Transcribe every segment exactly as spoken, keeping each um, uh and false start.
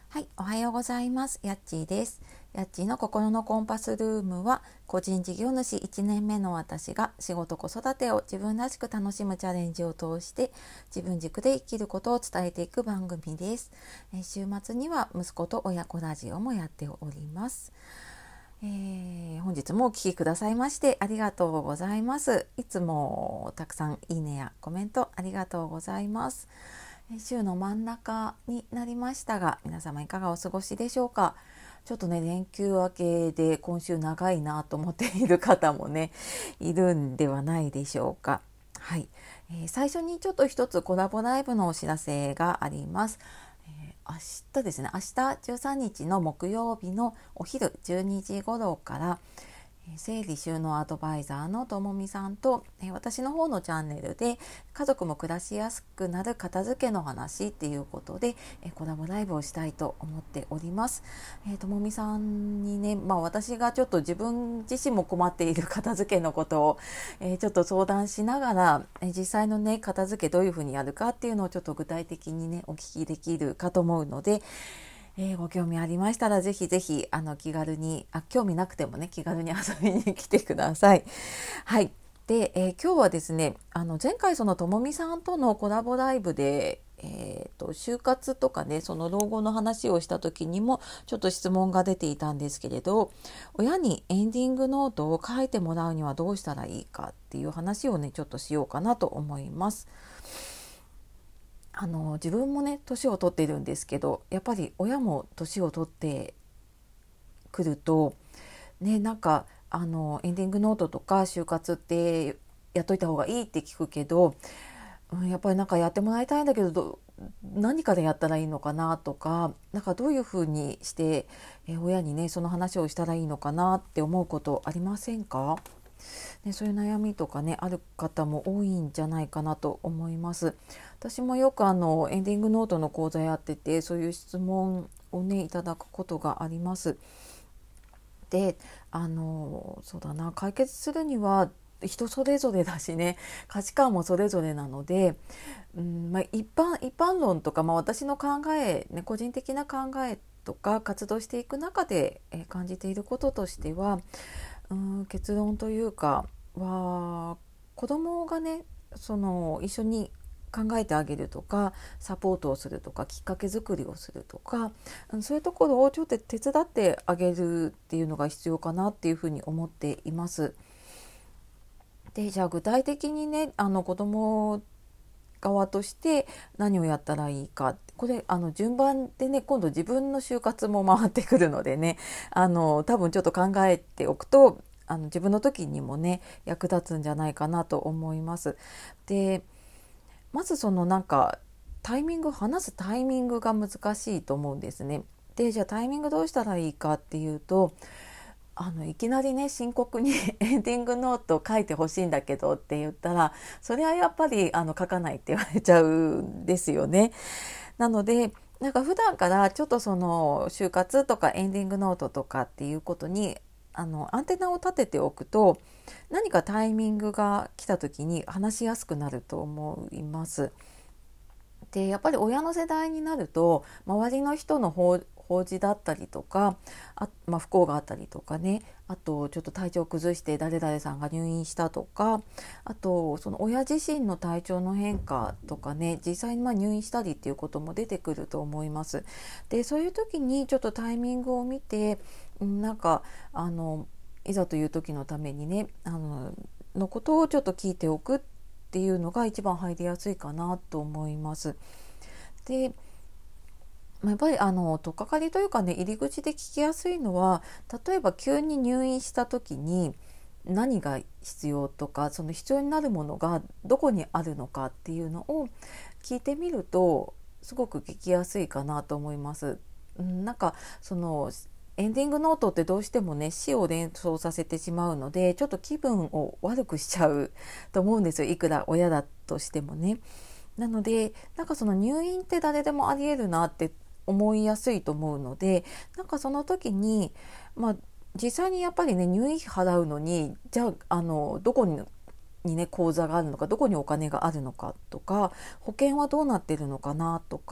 はい、おはようございます。やっちーです。やっちーの心のコンパスルームは、個人事業主いちねんめの私が仕事子育てを自分らしく楽しむチャレンジを通して自分軸で生きることを伝えていく番組です。え週末には息子と親子ラジオもやっております。えー、本日もお聞きくださいましてありがとうございます。いつもたくさんいいねやコメントありがとうございます。週の真ん中になりましたが、皆様いかがお過ごしでしょうか。ちょっとね、連休明けで今週長いなと思っている方もねいるんではないでしょうか。はい、えー、最初にちょっと一つコラボライブのお知らせがあります。えー、明日ですね、明日じゅうさんにちの木曜日のお昼じゅうにじ頃から整理収納アドバイザーのともみさんと私の方のチャンネルで家族も暮らしやすくなる片付けの話っていうことでコラボライブをしたいと思っております。ともみさんにね、まあ、私がちょっと自分自身も困っている片付けのことをえちょっと相談しながら実際のね片付けどういうふうにやるかっていうのをちょっと具体的にねお聞きできるかと思うので、えー、ご興味ありましたらぜひぜひあの気軽にあ興味なくてもね気軽に遊びに来てください。はい。で、えー、今日はですねあの前回そのともみさんとのコラボライブで、えー、と就活とかねその老後の話をした時にもちょっと質問が出ていたんですけれど、親にエンディングノートを書いてもらうにはどうしたらいいかっていう話をねちょっとしようかなと思います。あの自分もね年を取っているんですけど、やっぱり親も年を取ってくるとね、なんかあのエンディングノートとか就活ってやっといた方がいいって聞くけど、うん、やっぱりなんかやってもらいたいんだけどど何からやったらいいのかなとか、なんかどういうふうにしてえ親にねその話をしたらいいのかなって思うことありませんか？ね、そういう悩みとかねある方も多いんじゃないかなと思います。私もよくあのエンディングノートの講座やっててそういう質問をねいただくことがあります。で、あのそうだな解決するには人それぞれだしね価値観もそれぞれなので、うんまあ、一般一般論とか、まあ、私の考え、ね、個人的な考えとか活動していく中で、え感じていることとしては、うん、結論というかは子供がねその一緒に考えてあげるとかサポートをするとかきっかけ作りをするとか、そういうところをちょっと手伝ってあげるっていうのが必要かなっていうふうに思っています。でじゃあ具体的にねあの子供側として何をやったらいいか、これあの順番でね今度自分の就活も回ってくるのでねあの多分ちょっと考えておくとあの自分の時にもね役立つんじゃないかなと思います。でまずそのなんかタイミング話すタイミングが難しいと思うんですね。でじゃあタイミングどうしたらいいかっていうと、あのいきなりね深刻にエンディングノート書いてほしいんだけどって言ったらそれはやっぱりあの書かないって言われちゃうんですよね。なのでなんか普段からちょっとその就活とかエンディングノートとかっていうことにあのアンテナを立てておくと何かタイミングが来た時に話しやすくなると思います。でやっぱり親の世代になると周りの人の法法事だったりとかあ、まあ、不幸があったりとかね、あとちょっと体調を崩して誰々さんが入院したとか、あとその親自身の体調の変化とかね実際にまあ入院したりっていうことも出てくると思います。でそういう時にちょっとタイミングを見てなんかあのいざという時のためにねあののことをちょっと聞いておくっていうのが一番入りやすいかなと思います。でやっぱりあの取っかかりというかね入り口で聞きやすいのは、例えば急に入院した時に何が必要とかその必要になるものがどこにあるのかっていうのを聞いてみるとすごく聞きやすいかなと思います。うん、なんかそのエンディングノートってどうしてもね死を連想させてしまうのでちょっと気分を悪くしちゃうと思うんですよ、いくら親だとしてもね。なのでなんかその入院って誰でもありえるなって思いやすいと思うので、なんかその時にまあ実際にやっぱりね入院費払うのにじゃあ、あのどこににね口座があるのかどこにお金があるのかとか保険はどうなってるのかなとか、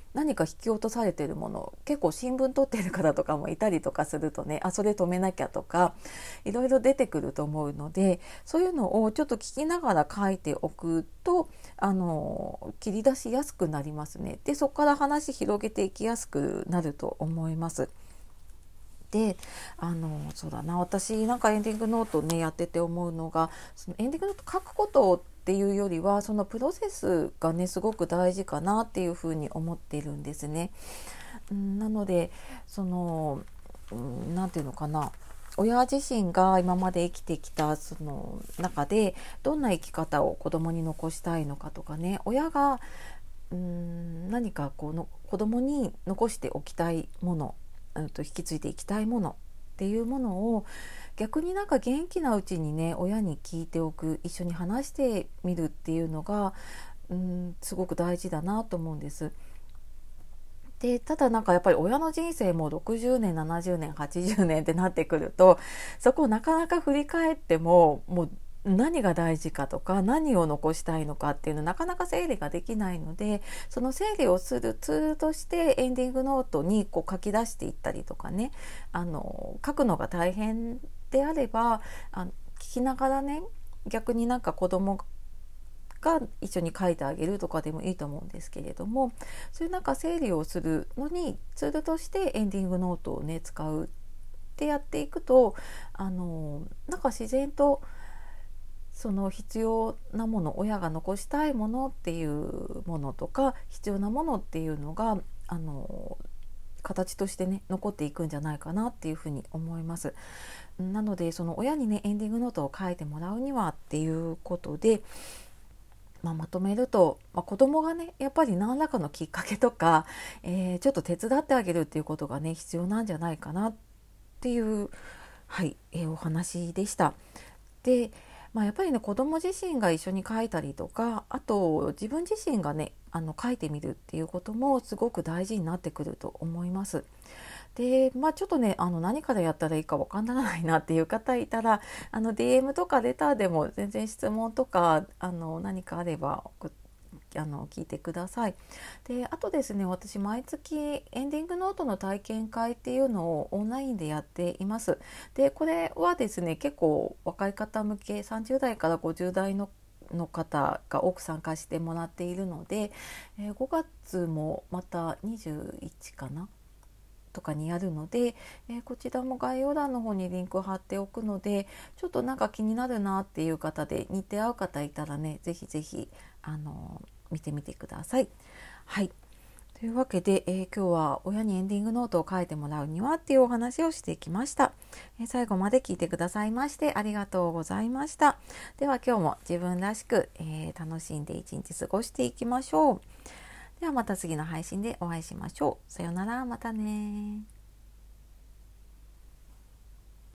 何か引き落とされているもの、結構新聞取っている方とかもいたりとかするとね、あそれ止めなきゃとかいろいろ出てくると思うので、そういうのをちょっと聞きながら書いておくとあの切り出しやすくなりますね。でそこから話広げていきやすくなると思います。であのそうだな、私なんかエンディングノートねやってて思うのが、そのエンディングノート書くことっていうよりはそのプロセスがねすごく大事かなっていうふうに思っているんですね。うん、なのでその、うん、なんていうのかな、親自身が今まで生きてきたその中でどんな生き方を子供に残したいのかとかね、親がうーん何かこうの子供に残しておきたいもの、うんと引き継いでいきたいものっていうものを逆になんか元気なうちにね親に聞いておく、一緒に話してみるっていうのがうんすごく大事だなと思うんです。でただなんかやっぱり親の人生もろくじゅうねんななじゅうねんはちじゅうねんってなってくると、そこをなかなか振り返ってももう何が大事かとか何を残したいのかっていうのなかなか整理ができないので、その整理をするツールとしてエンディングノートにこう書き出していったりとかね、あの書くのが大変であればあの聞きながらね、逆になんか子供が一緒に書いてあげるとかでもいいと思うんですけれども、そういうなんか整理をするのにツールとしてエンディングノートをね使うってやっていくと、あのなんか自然とその必要なもの、親が残したいものっていうものとか必要なものっていうのがあの形としてね残っていくんじゃないかなっていうふうに思います。なのでその親にねエンディングノートを書いてもらうにはっていうことで、まあ、まとめると、まあ、子供がねやっぱり何らかのきっかけとか、えー、ちょっと手伝ってあげるっていうことがね必要なんじゃないかなっていう、はい、えー、お話でした。で、まあ、やっぱりね子供自身が一緒に書いたりとか、あと自分自身がねあの書いてみるっていうこともすごく大事になってくると思います。で、まあ、ちょっとねあの何からやったらいいか分かんならないなっていう方いたら、あの ディーエム とかレターでも全然質問とかあの何かあれば送ってあの聞いてください。であとですね、私毎月エンディングノートの体験会っていうのをオンラインでやっています。でこれはですね結構若い方向け、さんじゅう代からごじゅう代のの方が多く参加してもらっているので、えー、ごがつもまたにじゅういちかなとかにやるので、えー、こちらも概要欄の方にリンクを貼っておくので、ちょっとなんか気になるなっていう方で似て合う方いたらねぜひぜひあの見てみてください。はい、というわけで、えー、今日は親にエンディングノートを書いてもらうにはっていうお話をしてきました。えー、最後まで聞いてくださいましてありがとうございました。では今日も自分らしく、えー、楽しんで一日過ごしていきましょう。ではまた次の配信でお会いしましょう。さようなら、またね。